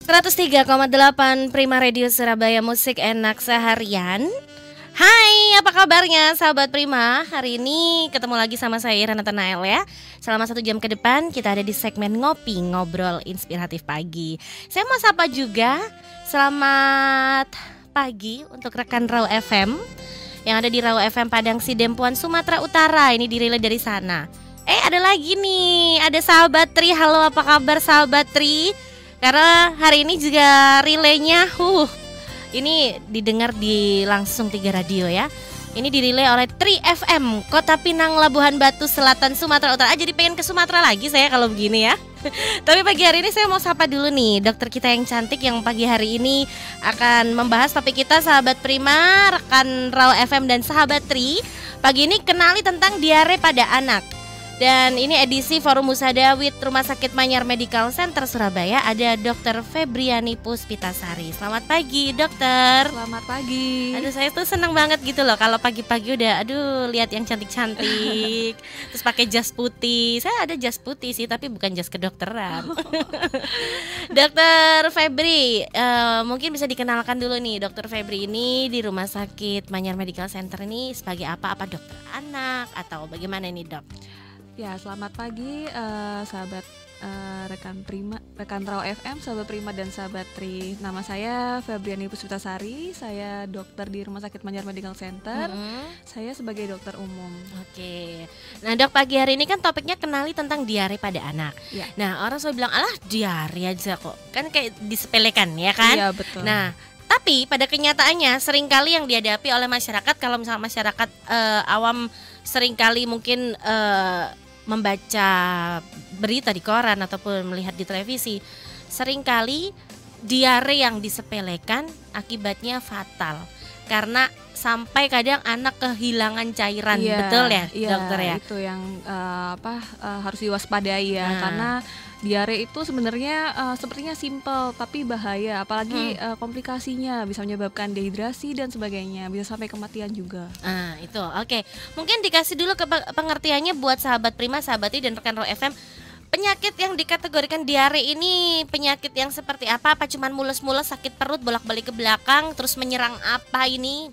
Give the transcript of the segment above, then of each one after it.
103,8 Prima Radio Surabaya, musik enak seharian. Hai, apa kabarnya sahabat Prima? Hari ini ketemu lagi sama saya Renata Nael ya. Selama 1 jam ke depan kita ada di segmen Ngopi Ngobrol Inspiratif Pagi. Saya mau sapa juga, selamat pagi untuk rekan Raw FM yang ada di Raw FM Padang Sidempuan Sumatera Utara. Ini dirilai dari sana. Ada lagi nih, ada sahabat Tri. Halo, apa kabar sahabat Tri? Karena hari ini juga relaynya ini didengar di langsung 3 radio ya. Ini dirilai oleh Tri FM Kota Pinang, Labuhan Batu Selatan, Sumatera Utara. Jadi pengen ke Sumatera lagi saya kalau begini ya. Tapi pagi hari ini saya mau sapa dulu nih dokter kita yang cantik yang pagi hari ini akan membahas topik kita sahabat Prima, rekan Raw FM dan sahabat Tri. Pagi ini kenali tentang diare pada anak. Dan ini edisi Forum Musada with Rumah Sakit Manyar Medical Center Surabaya. Ada Dr. Febriani Puspitasari. Selamat pagi dokter. Selamat pagi. Aduh, saya tuh seneng banget gitu loh kalau pagi-pagi udah lihat yang cantik-cantik. Terus pakai jas putih. Saya ada jas putih sih, tapi bukan jas kedokteran. Dokter Febri, mungkin bisa dikenalkan dulu nih. Dokter Febri ini di Rumah Sakit Manyar Medical Center ini sebagai apa dokter anak atau bagaimana nih dok? Ya, selamat pagi sahabat rekan Raw FM, sahabat Prima dan sahabat Tri. Nama saya Febriani Puspitasari, saya dokter di Rumah Sakit Manyar Medical Center. Saya sebagai dokter umum. Oke. Nah dok, pagi hari ini kan topiknya kenali tentang diare pada anak. Ya. Nah orang selalu bilang, alah diare aja kok, kan kayak disepelekan ya kan? Iya betul. Nah tapi pada kenyataannya seringkali yang dihadapi oleh masyarakat, kalau misalnya masyarakat awam seringkali mungkin membaca berita di koran ataupun melihat di televisi, seringkali diare yang disepelekan akibatnya fatal karena sampai kadang anak kehilangan cairan. Betul ya dokter ya? Itu yang harus diwaspadai ya. Karena diare itu sebenarnya sepertinya simpel tapi bahaya, apalagi komplikasinya bisa menyebabkan dehidrasi dan sebagainya, bisa sampai kematian juga. Itu oke. Mungkin dikasih dulu ke pengertiannya buat sahabat Prima, sahabat I dan rekan Raw FM. Penyakit yang dikategorikan diare ini penyakit yang seperti apa? Apa cuman mules-mules, sakit perut, bolak-balik ke belakang, terus menyerang apa ini?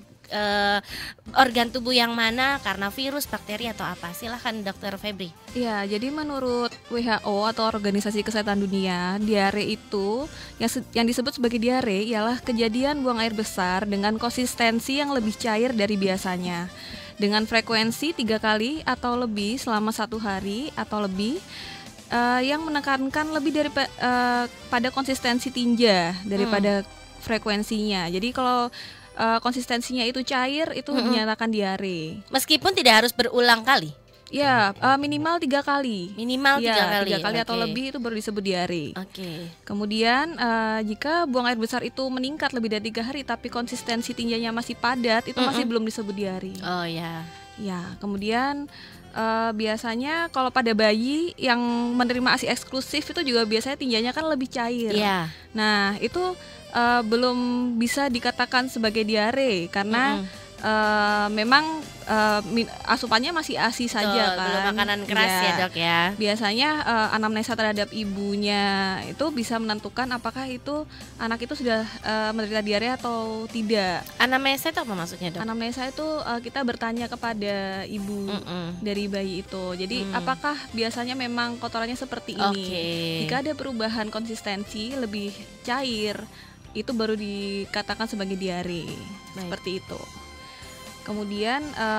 Organ tubuh yang mana, karena virus, bakteri atau apa? Silahkan dokter Febri. Ya, jadi menurut WHO atau Organisasi Kesehatan Dunia, diare itu yang disebut sebagai diare ialah kejadian buang air besar dengan konsistensi yang lebih cair dari biasanya, dengan frekuensi 3 kali atau lebih selama 1 hari atau lebih, yang menekankan lebih dari pada konsistensi tinja daripada frekuensinya. Jadi kalau konsistensinya itu cair, itu dinyatakan diare. Meskipun tidak harus berulang kali. Ya, minimal 3 kali. Minimal 3 kali. 3 kali atau lebih itu baru disebut diare. Oke. Kemudian jika buang air besar itu meningkat lebih dari 3 hari tapi konsistensi tinjanya masih padat, itu masih belum disebut diare. Oh ya. Ya, kemudian biasanya kalau pada bayi yang menerima ASI eksklusif itu juga biasanya tinjanya kan lebih cair. Yeah. Nah, itu belum bisa dikatakan sebagai diare karena memang asupannya masih ASI saja kan. Belum makanan keras ya dok ya. Biasanya anamnesa terhadap ibunya itu bisa menentukan apakah itu anak itu sudah menderita diare atau tidak. Anamnesa itu apa maksudnya dok? Anamnesa itu kita bertanya kepada ibu dari bayi itu. Jadi apakah biasanya memang kotorannya seperti ini? Jika ada perubahan konsistensi lebih cair, itu baru dikatakan sebagai diare. Seperti itu. Kemudian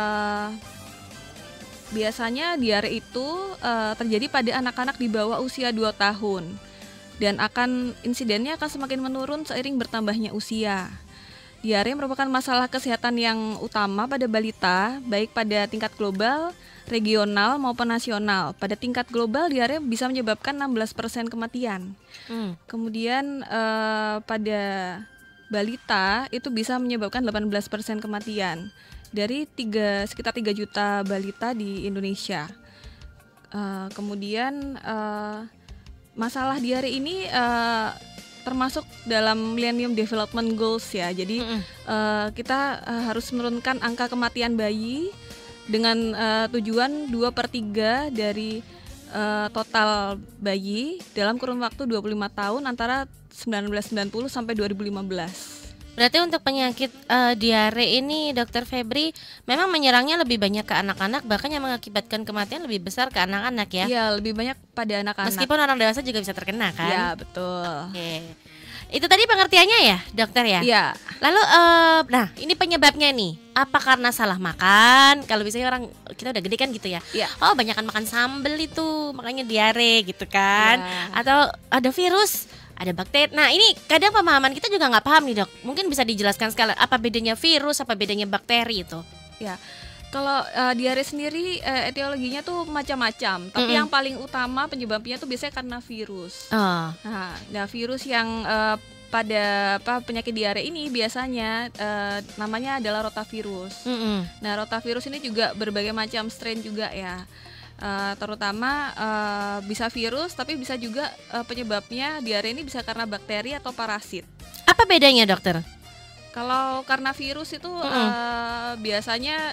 biasanya diare itu terjadi pada anak-anak di bawah usia 2 tahun dan insidennya akan semakin menurun seiring bertambahnya usia. Diare merupakan masalah kesehatan yang utama pada balita, baik pada tingkat global, regional maupun nasional. Pada tingkat global diare bisa menyebabkan 16% kematian. Kemudian pada balita itu bisa menyebabkan 18% kematian dari sekitar 3 juta balita di Indonesia. Kemudian masalah diare ini termasuk dalam Millennium Development Goals ya. Jadi kita harus menurunkan angka kematian bayi dengan tujuan 2/3 dari total bayi dalam kurun waktu 25 tahun antara 1990 sampai 2015. Berarti untuk penyakit diare ini Dokter Febri memang menyerangnya lebih banyak ke anak-anak, bahkan yang mengakibatkan kematian lebih besar ke anak-anak ya? Iya, lebih banyak pada anak-anak. Meskipun orang dewasa juga bisa terkena kan? Iya, betul. Oke. Itu tadi pengertiannya ya dokter ya? Iya. Lalu nah ini penyebabnya nih, apa karena salah makan? Kalau biasanya orang kita udah gede kan gitu ya? Iya. Oh banyakan makan sambel itu makanya diare gitu kan? Iya. Atau ada virus? Ada bakteri. Nah ini kadang pemahaman kita juga nggak paham nih dok. Mungkin bisa dijelaskan sekali apa bedanya virus, apa bedanya bakteri itu? Ya, kalau diare sendiri etiologinya tuh macam-macam. Tapi yang paling utama penyebabnya tuh biasanya karena virus. Oh. Nah, virus yang pada penyakit diare ini biasanya namanya adalah rotavirus. Nah, rotavirus ini juga berbagai macam strain juga ya. Terutama bisa virus, tapi bisa juga penyebabnya diare ini bisa karena bakteri atau parasit. Apa bedanya dokter? Kalau karena virus itu biasanya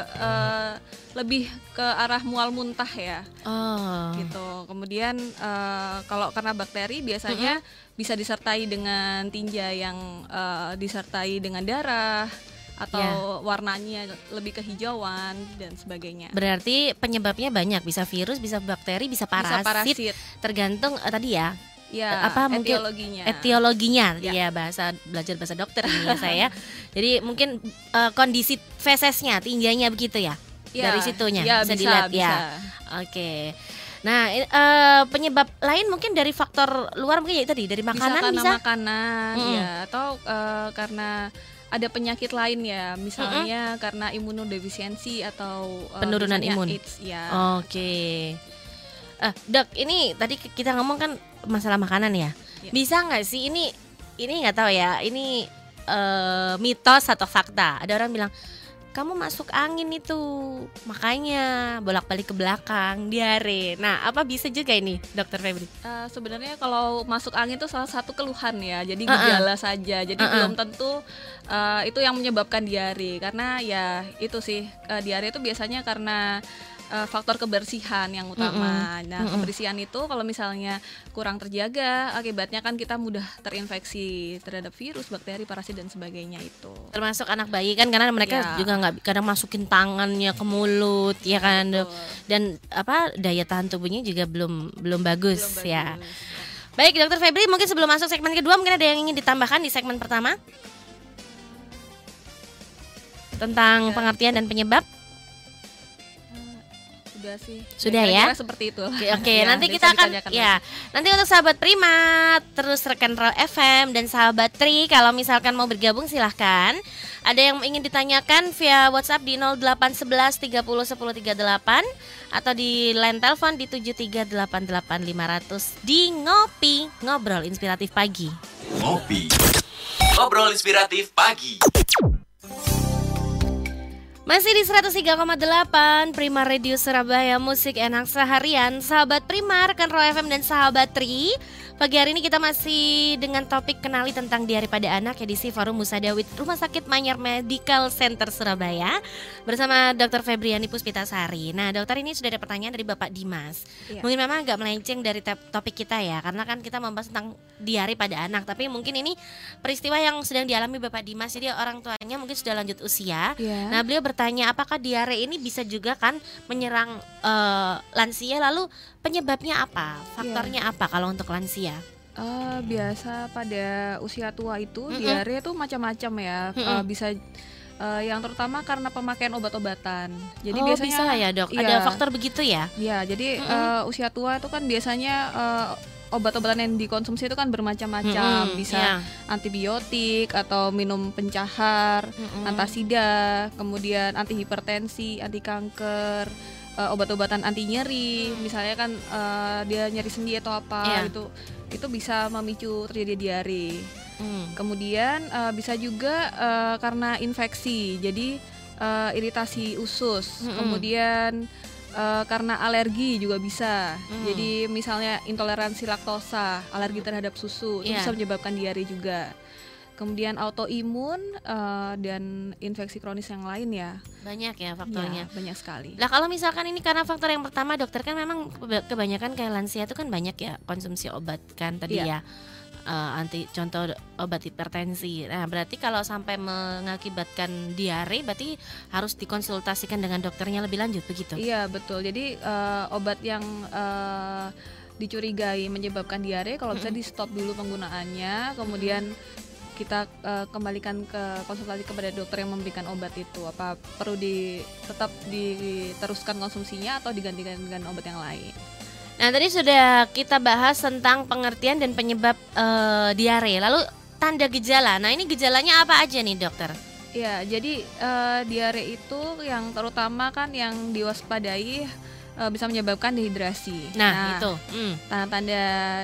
lebih ke arah mual muntah ya, gitu. Kemudian kalau karena bakteri biasanya bisa disertai dengan tinja yang disertai dengan darah atau warnanya lebih kehijauan dan sebagainya. Berarti penyebabnya banyak, bisa virus, bisa bakteri, bisa parasit. Tergantung tadi ya. Ya, apa mungkin etiologinya ya, belajar bahasa dokter ini ya saya. Jadi mungkin kondisi fesesnya, tinjanya begitu ya. Dari situnya bisa dilihat ya. Oke. Nah, penyebab lain mungkin dari faktor luar mungkin ya tadi dari makanan bisa makanan ya, atau karena ada penyakit lain ya, misalnya karena imunodefisiensi atau penurunan imun. AIDS, ya. Oke. Dok, ini tadi kita ngomong kan masalah makanan ya. Bisa nggak sih ini nggak tahu ya, ini mitos atau fakta? Ada orang bilang kamu masuk angin itu, makanya bolak-balik ke belakang, diare. Nah, apa bisa juga ini, Dokter Febri? Sebenarnya kalau masuk angin itu salah satu keluhan ya, jadi gejala saja. Jadi belum tentu itu yang menyebabkan diare, karena ya itu sih diare itu biasanya karena faktor kebersihan yang utama. Nah, kebersihan itu kalau misalnya kurang terjaga, akibatnya kan kita mudah terinfeksi terhadap virus, bakteri, parasit dan sebagainya itu. Termasuk anak bayi kan, karena mereka juga nggak kadang masukin tangannya ke mulut, ya kan, Dok. Dan daya tahan tubuhnya juga belum bagus ya. Baik, Dokter Febri, mungkin sebelum masuk segmen kedua, mungkin ada yang ingin ditambahkan di segmen pertama tentang pengertian dan penyebab? Sudah ya. Seperti itu. Oke, nanti kita akan nanti untuk sahabat Prima, terus rekan Roll FM dan sahabat Tri, kalau misalkan mau bergabung silahkan. Ada yang ingin ditanyakan via WhatsApp di 0811 30 10 38 atau di line telepon di 7388500 di Ngobrol Inspiratif Pagi. Ngobrol Inspiratif Pagi. Masih di 103,8 Prima Radio Surabaya, musik enak seharian. Sahabat Prima, rekan Roll FM dan sahabat Tri, pagi hari ini kita masih dengan topik kenali tentang diare pada anak, edisi Forum Musadawit Rumah Sakit Manyar Medical Center Surabaya bersama Dr. Febriani Puspitasari. Nah, dokter, ini sudah ada pertanyaan dari Bapak Dimas. Mungkin memang agak melenceng dari topik kita ya, karena kan kita membahas tentang diare pada anak, tapi mungkin ini peristiwa yang sedang dialami Bapak Dimas. Jadi orang tuanya mungkin sudah lanjut usia. Nah, beliau bertanya apakah diare ini bisa juga kan menyerang lansia, lalu penyebabnya apa, faktornya apa kalau untuk lansia? Biasa pada usia tua itu diare itu macam-macam ya, bisa yang terutama karena pemakaian obat-obatan. Jadi biasanya bisa ya dok, ada faktor begitu ya? Iya, jadi usia tua itu kan biasanya obat-obatan yang dikonsumsi itu kan bermacam-macam, bisa antibiotik atau minum pencahar, antasida, kemudian anti hipertensi, anti kanker, obat-obatan anti nyeri, misalnya kan dia nyeri sendi atau apa, itu bisa memicu terjadi diare. Kemudian bisa juga karena infeksi, jadi iritasi usus, kemudian karena alergi juga bisa. Jadi misalnya intoleransi laktosa, alergi terhadap susu, itu bisa menyebabkan diare juga. Kemudian autoimun dan infeksi kronis yang lain ya. Banyak ya faktornya. Ya, banyak sekali. Nah, kalau misalkan ini karena faktor yang pertama, dokter, kan memang kebanyakan kayak lansia itu kan banyak ya konsumsi obat kan tadi ya. contoh obat hipertensi. Nah, berarti kalau sampai mengakibatkan diare berarti harus dikonsultasikan dengan dokternya lebih lanjut begitu. Iya, betul. Jadi obat yang dicurigai menyebabkan diare kalau bisa di stop dulu penggunaannya, kemudian kita kembalikan ke konsultasi kepada dokter yang memberikan obat itu. Apa perlu tetap diteruskan konsumsinya atau digantikan dengan obat yang lain. Nah, tadi sudah kita bahas tentang pengertian dan penyebab diare. Lalu tanda gejala. Nah, ini gejalanya apa aja nih, dokter? Ya, jadi diare itu yang terutama kan yang diwaspadai bisa menyebabkan dehidrasi. Nah itu tanda-tanda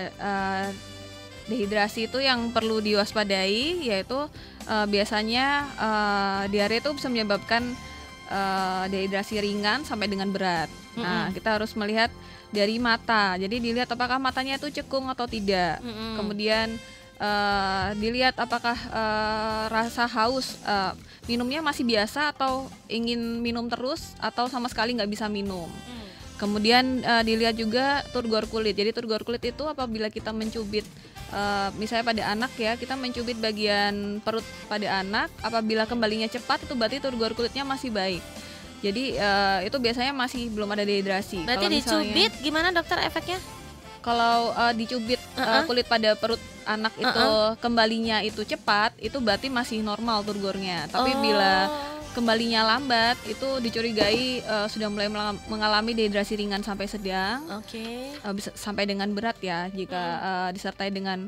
dehidrasi itu yang perlu diwaspadai, yaitu biasanya diare itu bisa menyebabkan dehidrasi ringan sampai dengan berat. Nah, kita harus melihat dari mata. Jadi dilihat apakah matanya itu cekung atau tidak. Kemudian dilihat apakah rasa haus, minumnya masih biasa atau ingin minum terus atau sama sekali nggak bisa minum. Kemudian dilihat juga turgor kulit. Jadi turgor kulit itu apabila kita mencubit, misalnya pada anak ya, kita mencubit bagian perut pada anak, apabila kembalinya cepat itu berarti turgor kulitnya masih baik. Jadi itu biasanya masih belum ada dehidrasi. Berarti kalau dicubit gimana dokter efeknya? Kalau dicubit kulit pada perut anak itu kembalinya itu cepat, itu berarti masih normal turgornya. Tapi bila kembalinya lambat, itu dicurigai sudah mulai mengalami dehidrasi ringan sampai sedang. Bisa sampai dengan berat ya, jika disertai dengan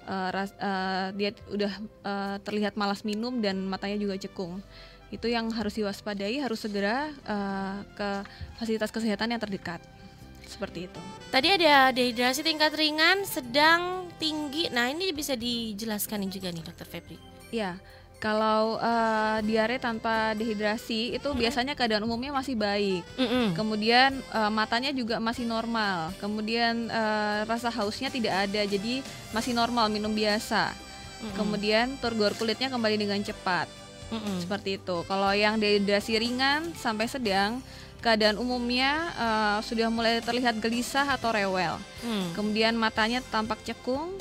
dia udah terlihat malas minum dan matanya juga cekung. Itu yang harus diwaspadai, harus segera ke fasilitas kesehatan yang terdekat. Seperti itu. Tadi ada dehidrasi tingkat ringan, sedang, tinggi. Nah, ini bisa dijelaskan juga nih Dokter Febri. Ya, kalau diare tanpa dehidrasi itu biasanya keadaan umumnya masih baik. Kemudian matanya juga masih normal. Kemudian rasa hausnya tidak ada, jadi masih normal, minum biasa. Kemudian turgor kulitnya kembali dengan cepat. Seperti itu. Kalau yang dehidrasi ringan sampai sedang, keadaan umumnya sudah mulai terlihat gelisah atau rewel. Kemudian matanya tampak cekung,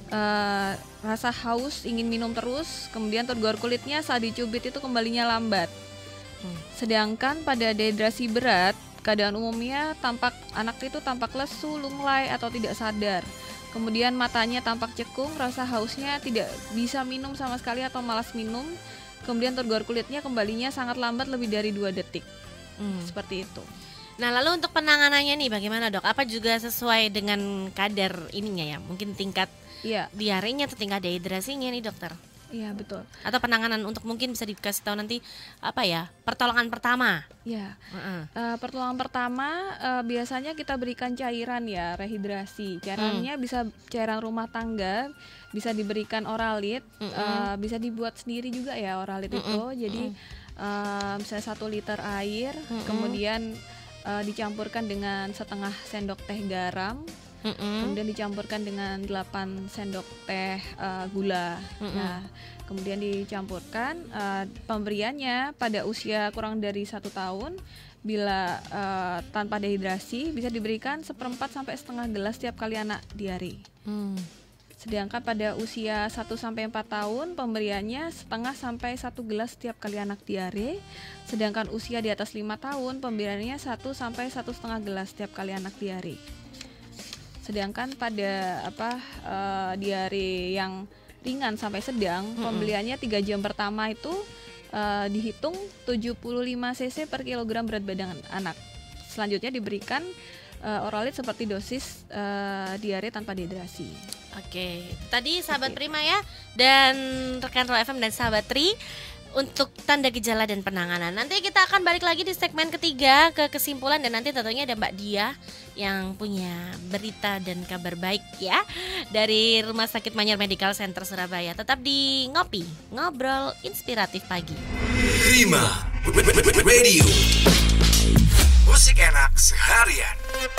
rasa haus, ingin minum terus. Kemudian turgor kulitnya saat dicubit itu kembalinya lambat. Sedangkan pada dehidrasi berat, keadaan umumnya anak itu tampak lesu, lunglai atau tidak sadar. Kemudian matanya tampak cekung, rasa hausnya tidak bisa minum sama sekali atau malas minum. Kemudian turgor kulitnya kembalinya sangat lambat, lebih dari 2 detik. Seperti itu. Nah, lalu untuk penanganannya nih bagaimana dok? Apa juga sesuai dengan kadar ininya ya? Mungkin tingkat diarenya atau tingkat dehidrasinya nih dokter? Iya, betul. Atau penanganan untuk mungkin bisa dikasih tahu nanti apa ya? Pertolongan pertama. Ya, pertolongan pertama biasanya kita berikan cairan ya, rehidrasi. Cairannya bisa cairan rumah tangga, bisa diberikan oralit, bisa dibuat sendiri juga ya oralit itu. Jadi misalnya 1 liter air, kemudian dicampurkan dengan setengah sendok teh garam, kemudian dicampurkan dengan 8 sendok teh gula. Nah, kemudian dicampurkan. Pemberiannya pada usia kurang dari 1 tahun, bila tanpa dehidrasi bisa diberikan 1/4 sampai setengah gelas setiap kali anak diare. Sedangkan pada usia 1-4 tahun pemberiannya setengah sampai 1 gelas setiap kali anak diare. Sedangkan usia di atas 5 tahun pemberiannya 1 sampai 1,5 gelas setiap kali anak diare. Sedangkan pada diare yang ringan sampai sedang, pemberiannya 3 jam pertama itu dihitung 75 cc per kilogram berat badan anak. Selanjutnya diberikan oralit seperti dosis diare tanpa dehidrasi. Oke, tadi sahabat Prima ya, dan rekan Roll FM dan sahabat Tri untuk tanda gejala dan penanganan. Nanti kita akan balik lagi di segmen ketiga ke kesimpulan, dan nanti tentunya ada Mbak Dia yang punya berita dan kabar baik ya dari Rumah Sakit Manyar Medical Center Surabaya. Tetap di Ngopi, Ngobrol Inspiratif Pagi. Prima Radio, musik enak seharian.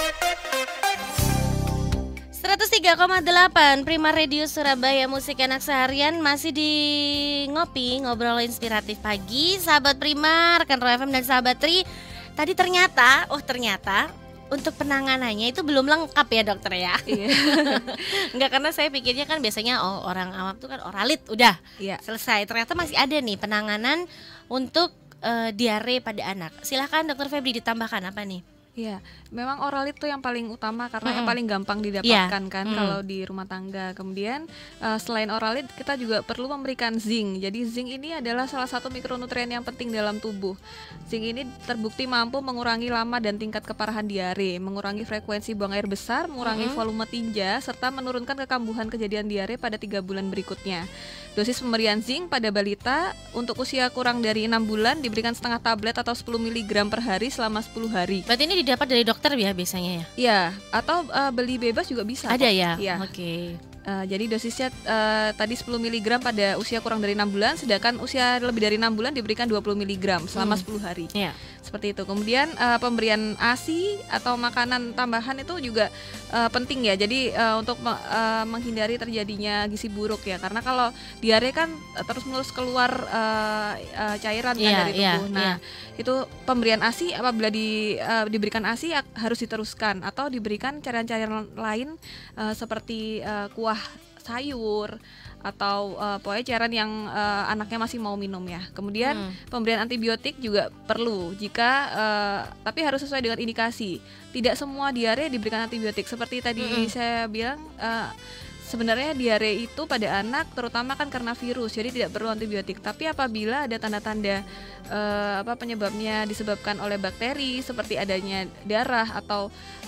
103,8 Prima Radio Surabaya, musik enak seharian. Masih di Ngopi, Ngobrol Inspiratif Pagi. Sahabat Prima, rekan Roll FM dan sahabat Tri, tadi ternyata untuk penanganannya itu belum lengkap ya dokter ya. Iya. Enggak, karena saya pikirnya kan biasanya orang awam tuh kan oralit udah Iya. selesai. Ternyata masih ada nih penanganan untuk diare pada anak. Silahkan dokter Febri ditambahkan apa nih? Iya, memang oralit itu yang paling utama karena yang Mm-mm. paling gampang Iya. didapatkan kan Mm. kalau di rumah tangga. Kemudian selain oralit kita juga perlu memberikan zinc. Jadi zinc ini adalah salah satu mikronutrien yang penting dalam tubuh. Zinc ini terbukti mampu mengurangi lama dan tingkat keparahan diare, mengurangi frekuensi buang air besar, mengurangi volume tinja, serta menurunkan kekambuhan kejadian diare pada 3 bulan berikutnya. Dosis pemberian zinc pada balita untuk usia kurang dari 6 bulan diberikan setengah tablet atau 10 mg per hari selama 10 hari. Berarti ini didapat dari dokter ya biasanya ya? Ya, atau beli bebas juga bisa. Ada kok. ya? Iya. Oke. Jadi dosisnya tadi 10 mg pada usia kurang dari 6 bulan, sedangkan usia lebih dari 6 bulan diberikan 20 mg selama 10 hari. Iya. Seperti itu. Kemudian pemberian ASI atau makanan tambahan itu juga penting ya. Jadi untuk menghindari terjadinya gizi buruk ya. Karena kalau diare kan terus-menerus keluar cairan kan Iya, dari iya, tubuh. Nah, itu pemberian ASI apabila diberikan ASI harus diteruskan atau diberikan cairan-cairan lain seperti kuah sayur atau pokoknya cairan yang anaknya masih mau minum ya. Kemudian pemberian antibiotik juga perlu jika tapi harus sesuai dengan indikasi. Tidak semua diare diberikan antibiotik. Seperti tadi saya bilang sebenarnya diare itu pada anak terutama kan karena virus, jadi tidak perlu antibiotik. Tapi apabila ada tanda-tanda penyebabnya disebabkan oleh bakteri seperti adanya darah atau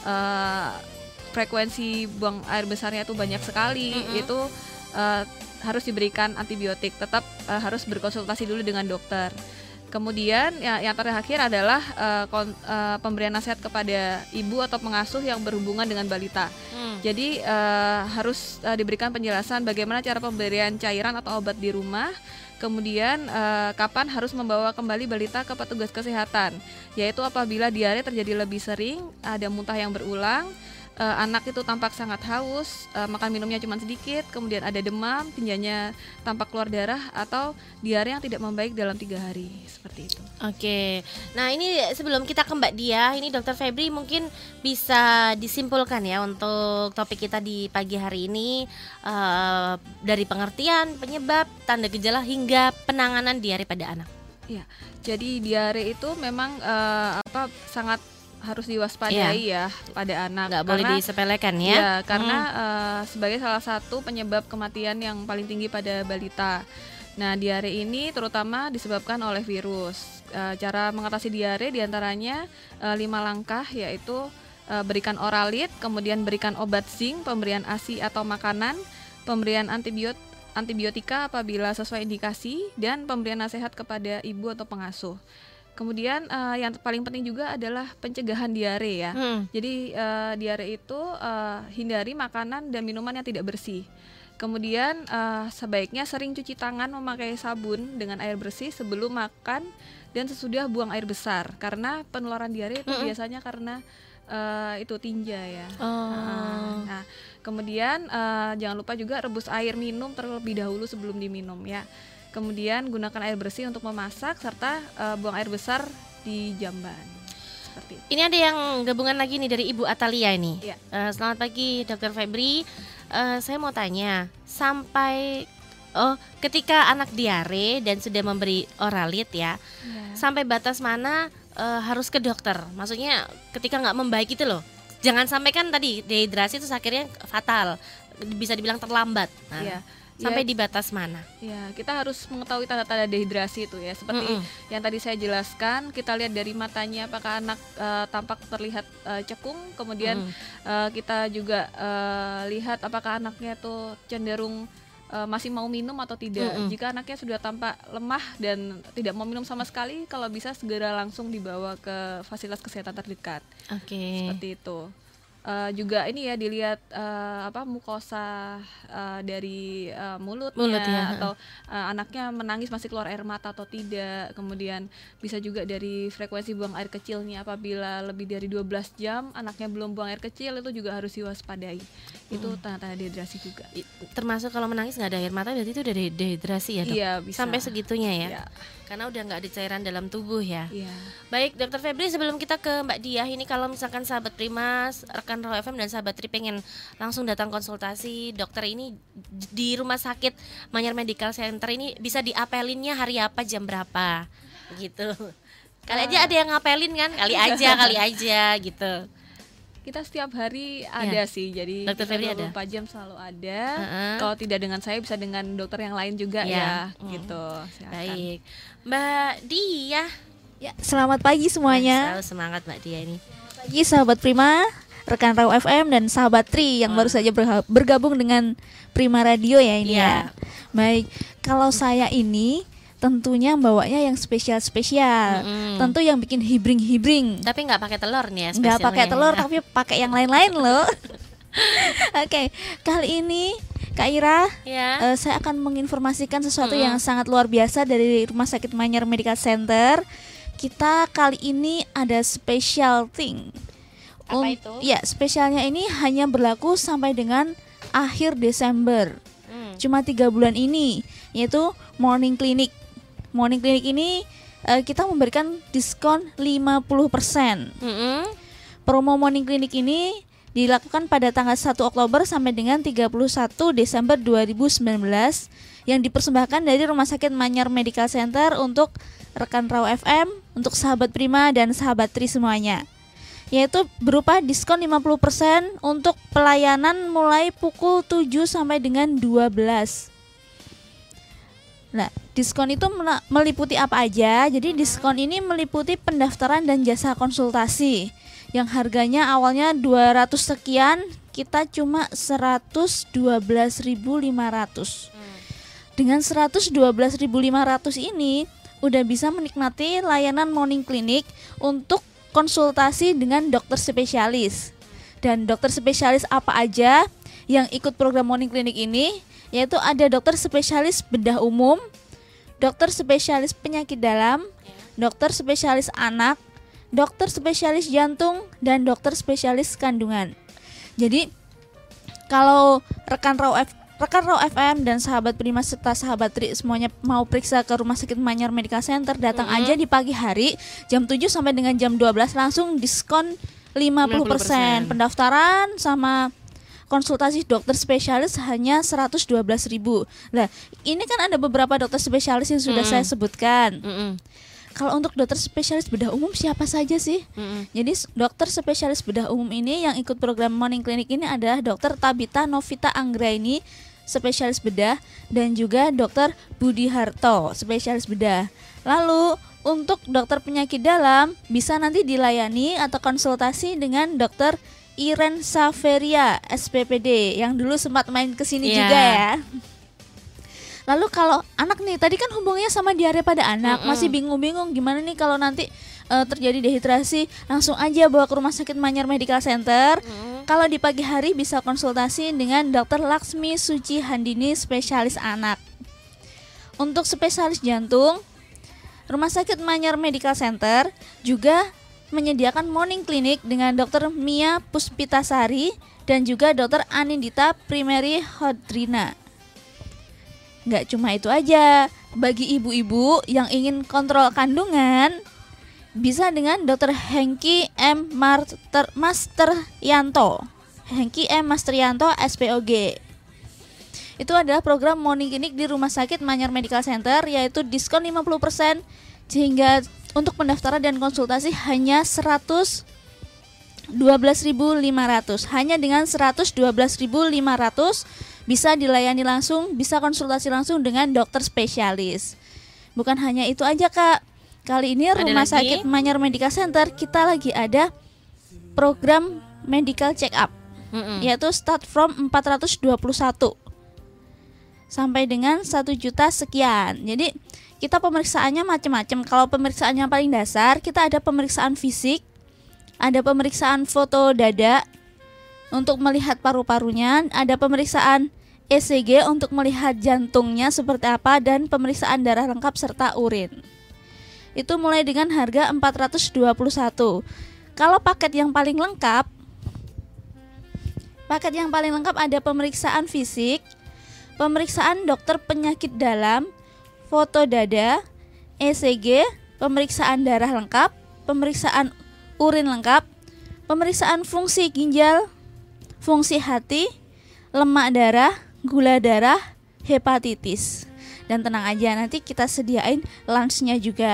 frekuensi buang air besarnya itu banyak sekali, itu harus diberikan antibiotik. Tetap harus berkonsultasi dulu dengan dokter. Kemudian yang terakhir adalah pemberian nasihat kepada ibu atau pengasuh yang berhubungan dengan balita. Jadi harus diberikan penjelasan bagaimana cara pemberian cairan atau obat di rumah. Kemudian kapan harus membawa kembali balita ke petugas kesehatan, yaitu apabila diare terjadi lebih sering, ada muntah yang berulang, anak itu tampak sangat haus, makan minumnya cuma sedikit, kemudian ada demam, tinjanya tampak keluar darah, atau diare yang tidak membaik dalam 3 hari, seperti itu. Oke, nah ini sebelum kita ke Mbak Dia, ini Dokter Febri mungkin bisa disimpulkan ya untuk topik kita di pagi hari ini, dari pengertian, penyebab, tanda gejala hingga penanganan diare pada anak. Ya, jadi diare itu memang sangat harus diwaspadai ya pada anak. Nggak boleh disepelekan ya. Ya, karena sebagai salah satu penyebab kematian yang paling tinggi pada balita. Nah, diare ini terutama disebabkan oleh virus. Cara mengatasi diare diantaranya 5 langkah, yaitu berikan oralit, kemudian berikan obat zinc, pemberian ASI atau makanan, pemberian antibiotika apabila sesuai indikasi, dan pemberian nasihat kepada ibu atau pengasuh. Kemudian yang paling penting juga adalah pencegahan diare ya. Jadi diare itu hindari makanan dan minuman yang tidak bersih. Kemudian sebaiknya sering cuci tangan memakai sabun dengan air bersih sebelum makan dan sesudah buang air besar. Karena penularan diare itu biasanya karena itu tinja ya. Nah, kemudian jangan lupa juga rebus air minum terlebih dahulu sebelum diminum ya. Kemudian gunakan air bersih untuk memasak serta buang air besar di jamban. Seperti itu. Ini ada yang gabungan lagi nih dari Ibu Atalia ini. Ya. Selamat pagi Dokter Febri. Saya mau tanya, sampai ketika anak diare dan sudah memberi oralit ya, sampai batas mana harus ke dokter? Maksudnya ketika nggak membaik itu loh. Jangan sampai kan tadi dehidrasi itu akhirnya fatal, bisa dibilang terlambat. Nah, sampai di batas mana? Ya, kita harus mengetahui tanda-tanda dehidrasi itu ya. Seperti yang tadi saya jelaskan, kita lihat dari matanya apakah anak tampak terlihat cekung, kemudian kita juga lihat apakah anaknya tuh cenderung masih mau minum atau tidak. Jika anaknya sudah tampak lemah dan tidak mau minum sama sekali, kalau bisa segera langsung dibawa ke fasilitas kesehatan terdekat. Oke. Seperti itu. juga ini ya dilihat mukosa dari mulutnya Mulut, ya. atau anaknya menangis masih keluar air mata atau tidak. Kemudian bisa juga dari frekuensi buang air kecilnya, apabila lebih dari 12 jam anaknya belum buang air kecil, itu juga harus diwaspadai. Itu tanda-tanda dehidrasi juga. Termasuk kalau menangis nggak ada air mata berarti itu udah dehidrasi ya, Dok? Iya, bisa. Sampai segitunya ya. Iya. Karena udah nggak ada cairan dalam tubuh ya. Iya. Baik, Dokter Febri, sebelum kita ke Mbak Diah, ini kalau misalkan sahabat Prima, rekan Raw FM dan sahabat Tri pengen langsung datang konsultasi dokter ini di Rumah Sakit Manyar Medical Center ini, bisa diapelinnya hari apa, jam berapa gitu. Kali aja ada yang ngapelin kan, kali aja gitu. Kita setiap hari ada sih, jadi Dokter Febri ada? 24 jam selalu ada. Kalau tidak dengan saya, bisa dengan dokter yang lain juga gitu. Silakan. Baik, Mbak Diah. Ya, selamat pagi semuanya. Selalu semangat Mbak Diah ini. Pagi sahabat Prima, rekan Raw FM dan sahabat Tri yang baru saja bergabung dengan Prima Radio ya ini ya. Baik, kalau saya ini tentunya bawanya yang spesial-spesial. Tentu yang bikin hibring-hibring. Tapi nggak pakai telur nih ya, Nggak pakai spesialnya. telur, tapi pakai yang lain-lain loh. Oke, kali ini Kak Ira, Ya. saya akan menginformasikan sesuatu yang sangat luar biasa dari Rumah Sakit Manyar Medical Center. Kita kali ini ada special thing. Apa itu? Ya, spesialnya ini hanya berlaku sampai dengan akhir Desember. Cuma 3 bulan ini, yaitu morning clinic. Morning clinic ini kita memberikan diskon 50%. Promo morning clinic ini dilakukan pada tanggal 1 Oktober sampai dengan 31 Desember 2019 yang dipersembahkan dari Rumah Sakit Manyar Medical Center untuk rekan Raw FM, untuk sahabat Prima dan sahabat Tri semuanya. Yaitu berupa diskon 50% untuk pelayanan mulai pukul 7 sampai dengan 12. Nah, diskon itu meliputi apa aja? Jadi diskon ini meliputi pendaftaran dan jasa konsultasi yang harganya awalnya 200 sekian, kita cuma 112.500. Dengan 112.500 ini udah bisa menikmati layanan morning clinic untuk konsultasi dengan dokter spesialis. Dan dokter spesialis apa aja yang ikut program morning clinic ini? Yaitu ada dokter spesialis bedah umum, dokter spesialis penyakit dalam, dokter spesialis anak, dokter spesialis jantung, dan dokter spesialis kandungan. Jadi kalau rekan Raw FM dan sahabat Prima serta sahabat Tri semuanya mau periksa ke Rumah Sakit Manyar Medical Center, datang aja di pagi hari jam 7 sampai dengan jam 12, langsung diskon 50%. Pendaftaran sama konsultasi dokter spesialis hanya 112.000. Nah, ini kan ada beberapa dokter spesialis yang sudah saya sebutkan. Kalau untuk dokter spesialis bedah umum siapa saja sih? Jadi dokter spesialis bedah umum ini yang ikut program morning clinic ini adalah dokter Tabita Novita Anggraini, spesialis bedah, dan juga dokter Budi Harto, spesialis bedah. Lalu untuk dokter penyakit dalam bisa nanti dilayani atau konsultasi dengan dokter Iren Saveria, SPPD, yang dulu sempat main kesini juga ya. Lalu kalau anak nih, tadi kan hubungannya sama diare pada anak, masih bingung-bingung gimana nih kalau nanti terjadi dehidrasi, langsung aja bawa ke Rumah Sakit Manyar Medical Center. Kalau di pagi hari bisa konsultasi dengan Dr. Laksmi Suci Handini, spesialis anak. Untuk spesialis jantung, Rumah Sakit Manyar Medical Center juga menyediakan morning clinic dengan Dr. Mia Puspitasari dan juga Dr. Anindita Primary Hodrina. Nggak cuma itu aja, bagi ibu-ibu yang ingin kontrol kandungan bisa dengan Dr. Hengki M. Masteryanto. Hengki M. Masteryanto, SPOG. Itu adalah program morning clinic di Rumah Sakit Manyar Medical Center, yaitu diskon 50%, sehingga untuk pendaftaran dan konsultasi hanya 112.500. Hanya dengan 112.500 bisa dilayani langsung, bisa konsultasi langsung dengan dokter spesialis. Bukan hanya itu aja, Kak. Kali ini Rumah Sakit Manyar Medical Center kita lagi ada program medical check up, yaitu start from 421 sampai dengan 1 juta sekian. Jadi kita pemeriksaannya macam-macam. Kalau pemeriksaannya paling dasar, kita ada pemeriksaan fisik, ada pemeriksaan foto dada, untuk melihat paru-parunya, ada pemeriksaan ECG untuk melihat jantungnya seperti apa, dan pemeriksaan darah lengkap serta urin. Itu mulai dengan harga 421. Kalau paket yang paling lengkap ada pemeriksaan fisik, pemeriksaan dokter penyakit dalam, foto dada, ECG, pemeriksaan darah lengkap, pemeriksaan urin lengkap, pemeriksaan fungsi ginjal, fungsi hati, lemak darah, gula darah, hepatitis. Dan tenang aja, nanti kita sediain lunchnya juga.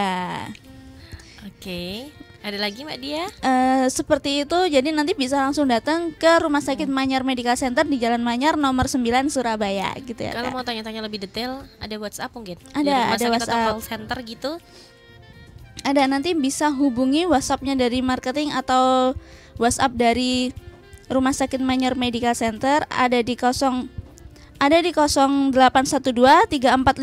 Oke. Ada lagi Mbak Dia? Seperti itu, jadi nanti bisa langsung datang ke Rumah Sakit Manyar Medical Center di Jalan Manyar nomor 9 Surabaya gitu ya. Kalau Kak. mau tanya-tanya lebih detail, ada WhatsApp mungkin? Ada WhatsApp WhatsApp. atau call center gitu? Ada, nanti bisa hubungi WhatsApp-nya dari marketing atau WhatsApp dari Rumah Sakit Manyar Medical Center, ada di 0812 3452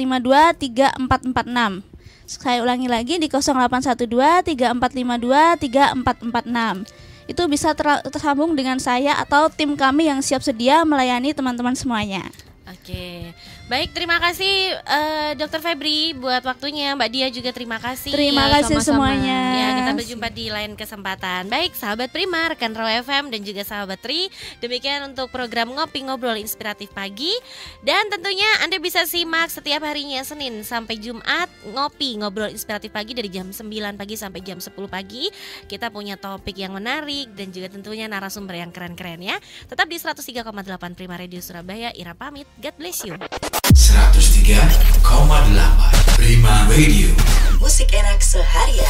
3446. Saya ulangi lagi di 0812 3452 3446. Itu bisa tersambung dengan saya atau tim kami yang siap sedia melayani teman-teman semuanya. Oke. Baik, terima kasih Dr. Febri buat waktunya. Mbak Dia juga terima kasih. Terima kasih sama-sama. semuanya. Ya, kita berjumpa di lain kesempatan. Baik, sahabat Prima, rekan Raw FM dan juga sahabat Tri. Demikian untuk program Ngopi Ngobrol Inspiratif Pagi. Dan tentunya Anda bisa simak setiap harinya Senin sampai Jumat Ngopi Ngobrol Inspiratif Pagi dari jam 9 pagi sampai jam 10 pagi. Kita punya topik yang menarik dan juga tentunya narasumber yang keren-keren ya. Tetap di 103,8 Prima Radio Surabaya. Ira pamit. God bless you. 103,8 Prima Radio. Musik enak seharian.